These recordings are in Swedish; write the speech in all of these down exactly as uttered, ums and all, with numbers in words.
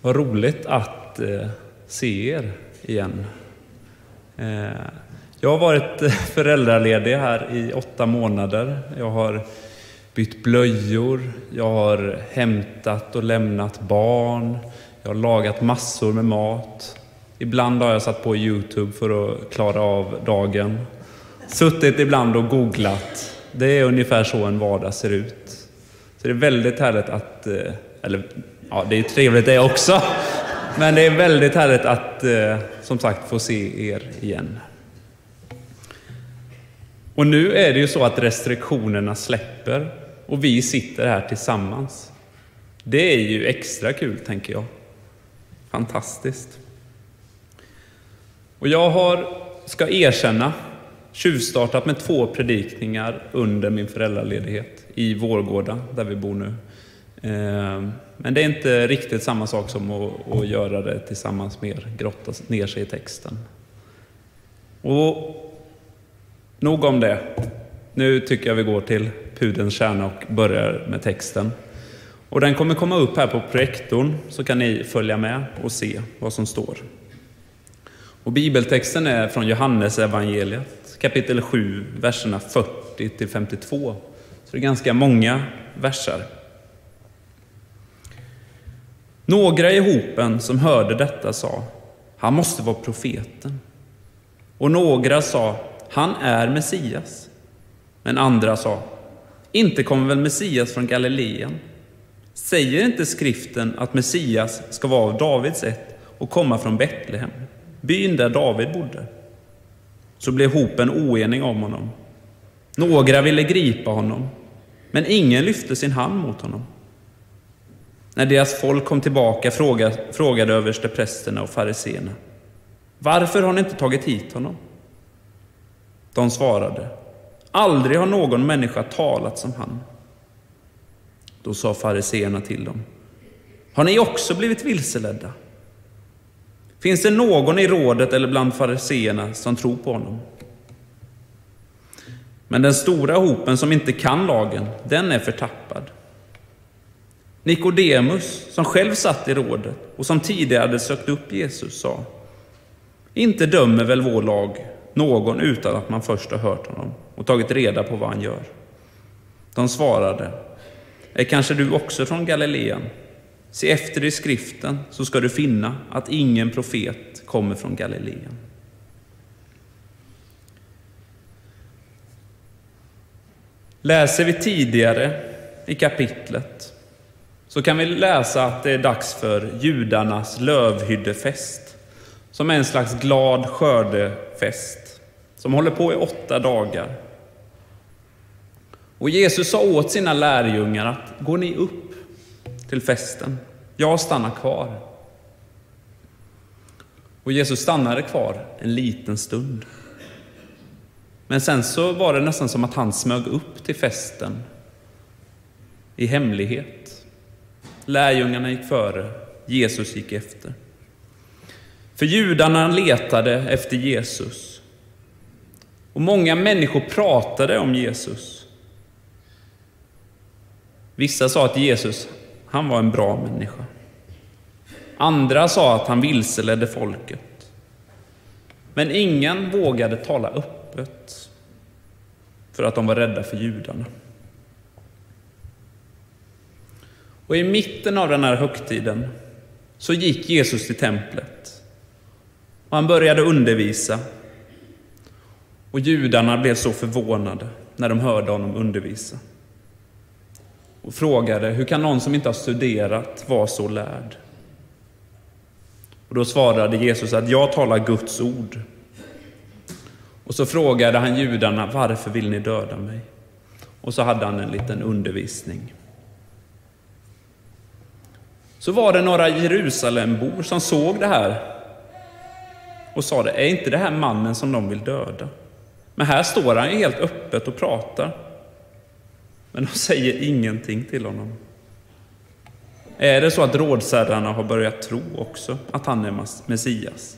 Vad roligt att eh, se er igen. Eh, jag har varit föräldraledig här i åtta månader. Jag har bytt blöjor, jag har hämtat och lämnat barn, jag har lagat massor med mat. Ibland har jag satt på YouTube för att klara av dagen. Suttit ibland och googlat. Det är ungefär så en vardag ser ut. Så det är väldigt härligt att, eller ja, det är trevligt det också. Men det är väldigt härligt att, som sagt, få se er igen. Och nu är det ju så att restriktionerna släpper och vi sitter här tillsammans. Det är ju extra kul, tänker jag. Fantastiskt. Och jag har, ska erkänna, tjuvstartat med två predikningar under min föräldraledighet i Vårgårda, där vi bor nu. Men det är inte riktigt samma sak som att, att göra det tillsammans med er, grotta ner sig i texten. Och nog om det. Nu tycker jag vi går till pudelns kärna och börjar med texten. Och den kommer komma upp här på projektorn, så kan ni följa med och se vad som står. Och bibeltexten är från Johannes evangeliet, kapitel sju, verserna fyrtio till femtiotvå. Så det är ganska många verser. Några i hopen som hörde detta sa: han måste vara profeten. Och några sa: han är Messias. Men andra sa: inte kommer väl Messias från Galileen? Säger inte skriften att Messias ska vara av Davids ett och komma från Betlehem, byn där David bodde? Så blev hopen oenig om honom. Några ville gripa honom, men ingen lyfte sin hand mot honom. När deras folk kom tillbaka frågade, frågade översteprästerna och fariséerna: varför har ni inte tagit hit honom? De svarade: aldrig har någon människa talat som han. Då sa fariséerna till dem: har ni också blivit vilseledda? Finns det någon i rådet eller bland fariséerna som tror på honom? Men den stora hopen som inte kan lagen, den är förtappad. Nikodemus, som själv satt i rådet och som tidigare hade sökt upp Jesus, sa: inte dömer väl vår lag någon utan att man först har hört honom och tagit reda på vad han gör? De svarade: är kanske du också från Galileen? Se efter i skriften, så ska du finna att ingen profet kommer från Galileen. Läser vi tidigare i kapitlet så kan vi läsa att det är dags för judarnas lövhyddefest, som är en slags glad skördefest som håller på i åtta dagar. Och Jesus sa åt sina lärjungar att: går ni upp till festen, jag stannar kvar. Och Jesus stannade kvar en liten stund. Men sen så var det nästan som att han smög upp till festen i hemlighet. Lärjungarna gick före, Jesus gick efter. För judarna letade efter Jesus. Och många människor pratade om Jesus. Vissa sa att Jesus, han var en bra människa. Andra sa att han vilseledde folket. Men ingen vågade tala öppet för att de var rädda för judarna. Och i mitten av den här högtiden så gick Jesus till templet. Och han började undervisa. Och judarna blev så förvånade när de hörde honom undervisa. Och frågade: hur kan någon som inte har studerat vara så lärd? Och då svarade Jesus att: jag talar Guds ord. Och så frågade han judarna: varför vill ni döda mig? Och så hade han en liten undervisning. Så var det några Jerusalembor som såg det här och sa: det är inte det här mannen som de vill döda? Men här står han ju helt öppet och pratar. Men de säger ingenting till honom. Är det så att rådsherrarna har börjat tro också att han är Messias?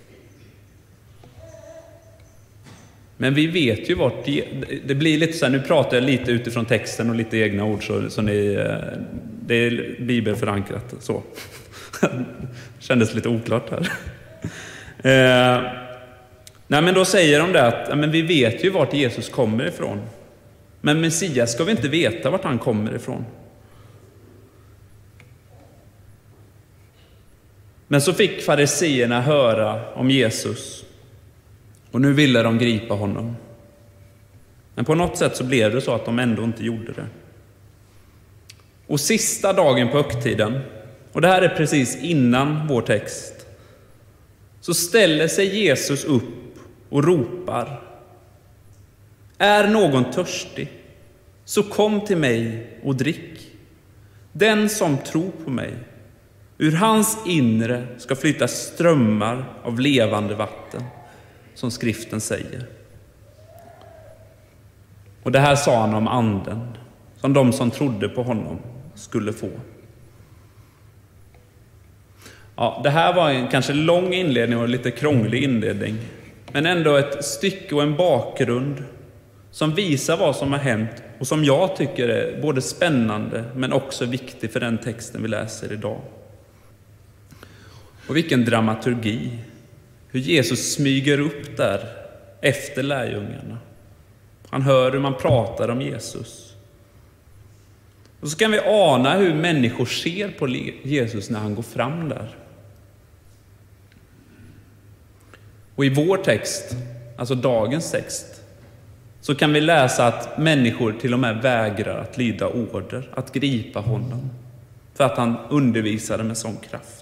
Men vi vet ju vart det, det blir lite så här, nu pratar jag lite utifrån texten och lite egna ord så, så ni, det är bibelförankrat så. Kändes lite oklart här. eh, nej, men då säger de det att ja, men vi vet ju vart Jesus kommer ifrån. Men Messias ska vi inte veta vart han kommer ifrån. Men så fick fariseerna höra om Jesus. Och nu ville de gripa honom. Men på något sätt så blev det så att de ändå inte gjorde det. Och sista dagen på högtiden, och det här är precis innan vår text, så ställer sig Jesus upp och ropar: är någon törstig, så kom till mig och drick. Den som tror på mig, ur hans inre ska flyta strömmar av levande vatten, som skriften säger. Och det här sa han om anden, som de som trodde på honom skulle få. Ja, det här var en kanske lång inledning och lite krånglig inledning, men ändå ett stycke och en bakgrund som visar vad som har hänt och som jag tycker är både spännande men också viktig för den texten vi läser idag. Och vilken dramaturgi, hur Jesus smyger upp där efter lärjungarna. Han hör hur man pratar om Jesus. Och så kan vi ana hur människor ser på Jesus när han går fram där. Och i vår text, alltså dagens text, så kan vi läsa att människor till och med vägrar att lyda order, att gripa honom, för att han undervisade med sån kraft.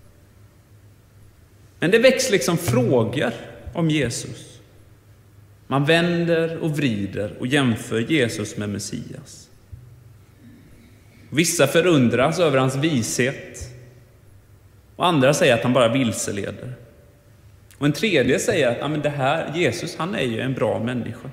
Men det väcks liksom frågor om Jesus. Man vänder och vrider och jämför Jesus med Messias. Vissa förundras över hans vishet, och andra säger att han bara vilseleder. Och en tredje säger att ja, men det här, Jesus, han är ju en bra människa.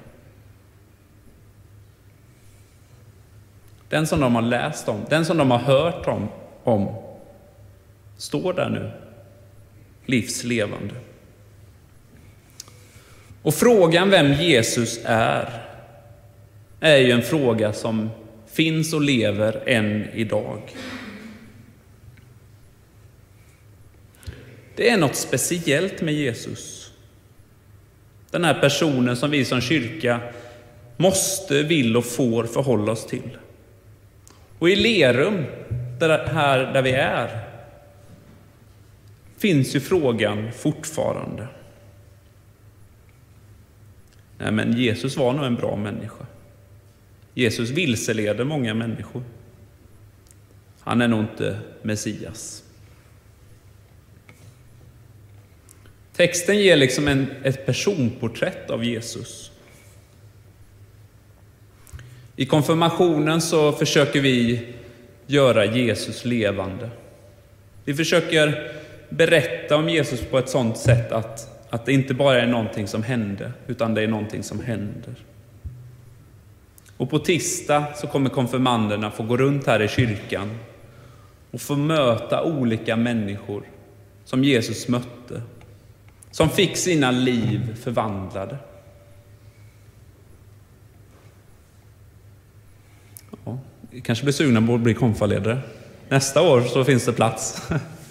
Den som de har läst om, den som de har hört om, om står där nu, livslevande. Och frågan vem Jesus är, är ju en fråga som finns och lever än idag. Det är något speciellt med Jesus. Den här personen som vi som kyrka måste, vill och får förhålla oss till. Och i Lerum, där, här där vi är, finns ju frågan fortfarande. Nej, men Jesus var nog en bra människa. Jesus vilseleder många människor. Han är nog inte Messias. Texten ger liksom en, ett personporträtt av Jesus. I konfirmationen så försöker vi göra Jesus levande. Vi försöker berätta om Jesus på ett sådant sätt att, att det inte bara är någonting som hände, utan det är någonting som händer. Och på tisdag så kommer konfirmanderna få gå runt här i kyrkan och få möta olika människor som Jesus mötte, som fick sina liv förvandlade. Ja, kanske blir sugna på att bli konfaledare. Nästa år så finns det plats.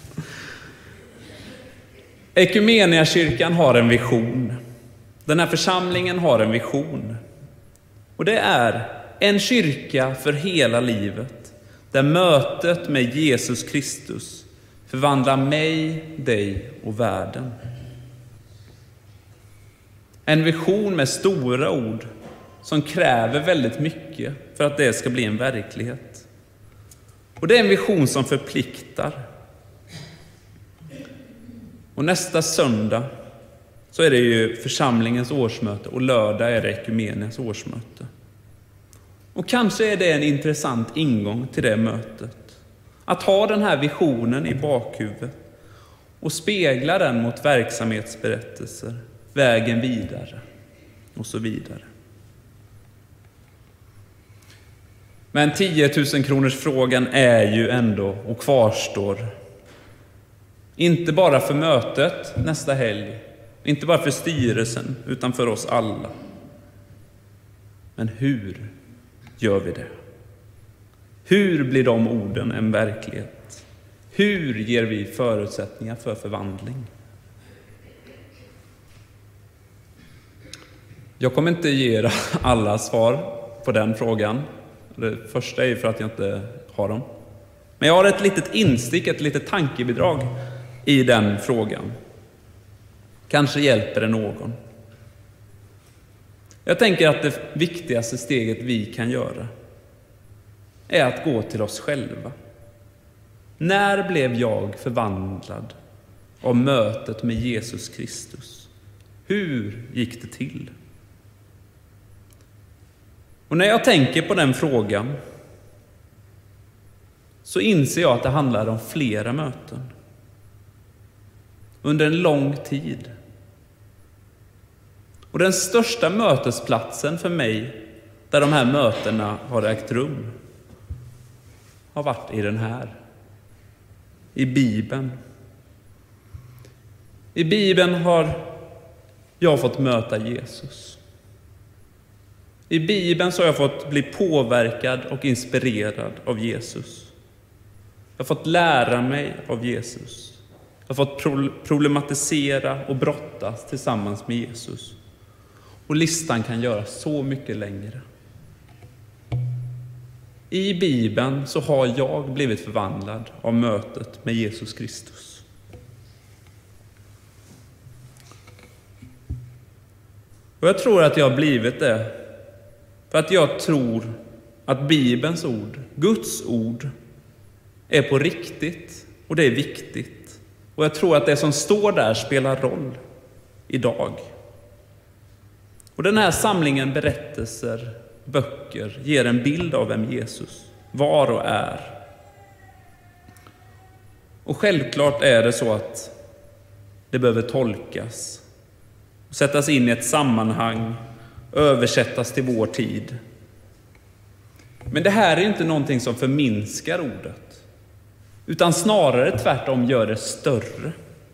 Ekumeniakyrkan har en vision. Den här församlingen har en vision. Och det är en kyrka för hela livet, där mötet med Jesus Kristus förvandlar mig, dig och världen. En vision med stora ord som kräver väldigt mycket för att det ska bli en verklighet. Och det är en vision som förpliktar. Och nästa söndag så är det ju församlingens årsmöte och lördag är det ekumenias årsmöte. Och kanske är det en intressant ingång till det mötet. Att ha den här visionen i bakhuvudet och spegla den mot verksamhetsberättelser, vägen vidare och så vidare. Men tio tusen kronors frågan är ju ändå och kvarstår. Inte bara för mötet nästa helg, inte bara för styrelsen, utan för oss alla. Men hur gör vi det? Hur blir de orden en verklighet? Hur ger vi förutsättningar för förvandling? Jag kommer inte ge er alla svar på den frågan. Det första är för att jag inte har dem. Men jag har ett litet instick, ett litet tankebidrag i den frågan. Kanske hjälper det någon. Jag tänker att det viktigaste steget vi kan göra är att gå till oss själva. När blev jag förvandlad av mötet med Jesus Kristus? Hur gick det till? Och när jag tänker på den frågan så inser jag att det handlar om flera möten. Under en lång tid. Och den största mötesplatsen för mig, där de här mötena har ägt rum, har varit i den här. I Bibeln. I Bibeln har jag fått möta Jesus. I Bibeln så har jag fått bli påverkad och inspirerad av Jesus. Jag har fått lära mig av Jesus. Jag har fått problematisera och brottas tillsammans med Jesus. Och listan kan göras så mycket längre. I Bibeln så har jag blivit förvandlad av mötet med Jesus Kristus. Och jag tror att jag har blivit det för att jag tror att Bibelns ord, Guds ord, är på riktigt och det är viktigt. Och jag tror att det som står där spelar roll idag. Och den här samlingen berättelser, böcker, ger en bild av vem Jesus var och är. Och självklart är det så att det behöver tolkas, sättas in i ett sammanhang, översättas till vår tid. Men det här är inte någonting som förminskar ordet, utan snarare tvärtom gör det större.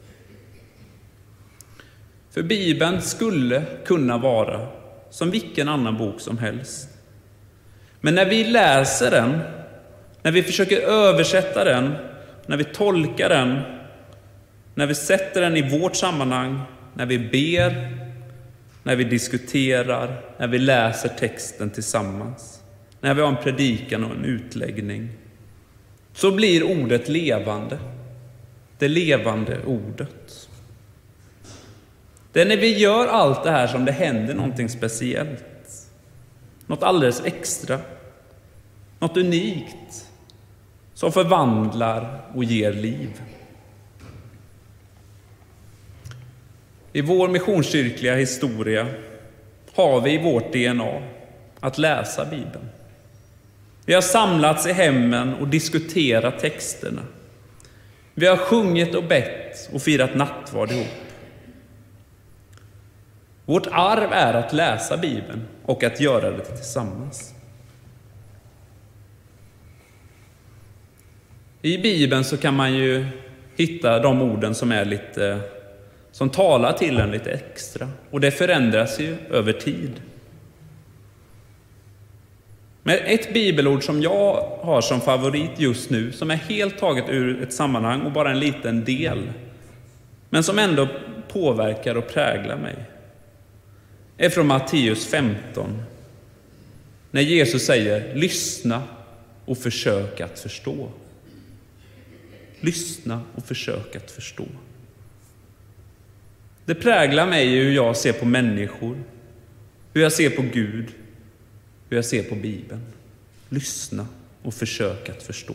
För Bibeln skulle kunna vara som vilken annan bok som helst. Men när vi läser den, när vi försöker översätta den, när vi tolkar den, när vi sätter den i vårt sammanhang, när vi ber, när vi diskuterar, när vi läser texten tillsammans, när vi har en predikan och en utläggning, så blir ordet levande. Det levande ordet. Det är när vi gör allt det här som det händer någonting speciellt. Något alldeles extra. Något unikt. Som förvandlar och ger liv. I vår missionskyrkliga historia har vi i vårt D N A att läsa Bibeln. Vi har samlats i hemmen och diskuterat texterna. Vi har sjungit och bett och firat nattvard ihop. Vårt arv är att läsa Bibeln och att göra det tillsammans. I Bibeln så kan man ju hitta de orden som är lite, som talar till en lite extra. Och det förändras ju över tid. Men ett bibelord som jag har som favorit just nu, som är helt taget ur ett sammanhang och bara en liten del, men som ändå påverkar och präglar mig, är från Matteus femton. När Jesus säger: lyssna och försök att förstå. Lyssna och försök att förstå. Det präglar mig hur jag ser på människor, hur jag ser på Gud, hur jag ser på Bibeln. Lyssna och försök att förstå.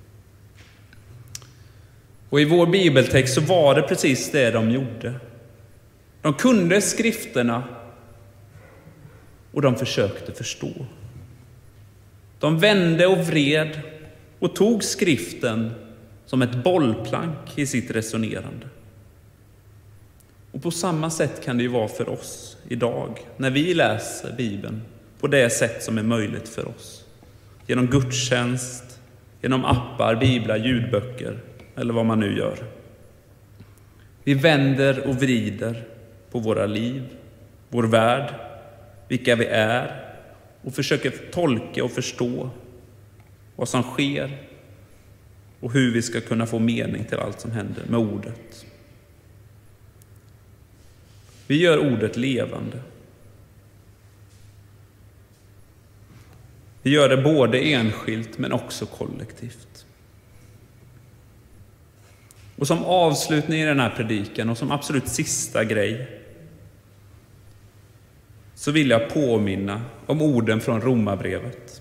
Och i vår bibeltext så var det precis det de gjorde. De kunde skrifterna och de försökte förstå. De vände och vred och tog skriften som ett bollplank i sitt resonerande. Och på samma sätt kan det ju vara för oss idag när vi läser Bibeln på det sätt som är möjligt för oss. Genom gudstjänst, genom appar, biblar, ljudböcker eller vad man nu gör. Vi vänder och vrider på våra liv, vår värld, vilka vi är och försöker tolka och förstå vad som sker och hur vi ska kunna få mening till allt som händer med ordet. Vi gör ordet levande. Vi gör det både enskilt men också kollektivt. Och som avslutning i den här predikan och som absolut sista grej så vill jag påminna om orden från Romarbrevet.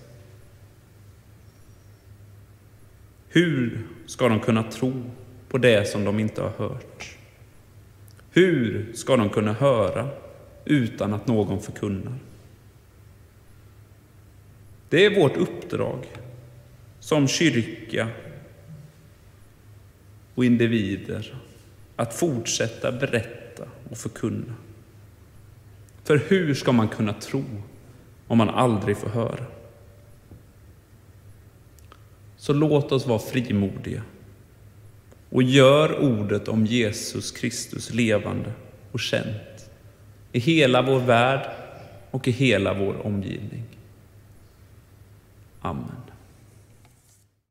Hur ska de kunna tro på det som de inte har hört? Hur ska de kunna höra utan att någon förkunnar? Det är vårt uppdrag som kyrka och individer att fortsätta berätta och förkunna. För hur ska man kunna tro om man aldrig får höra? Så låt oss vara frimodiga och gör ordet om Jesus Kristus levande och känt i hela vår värld och i hela vår omgivning. Amen.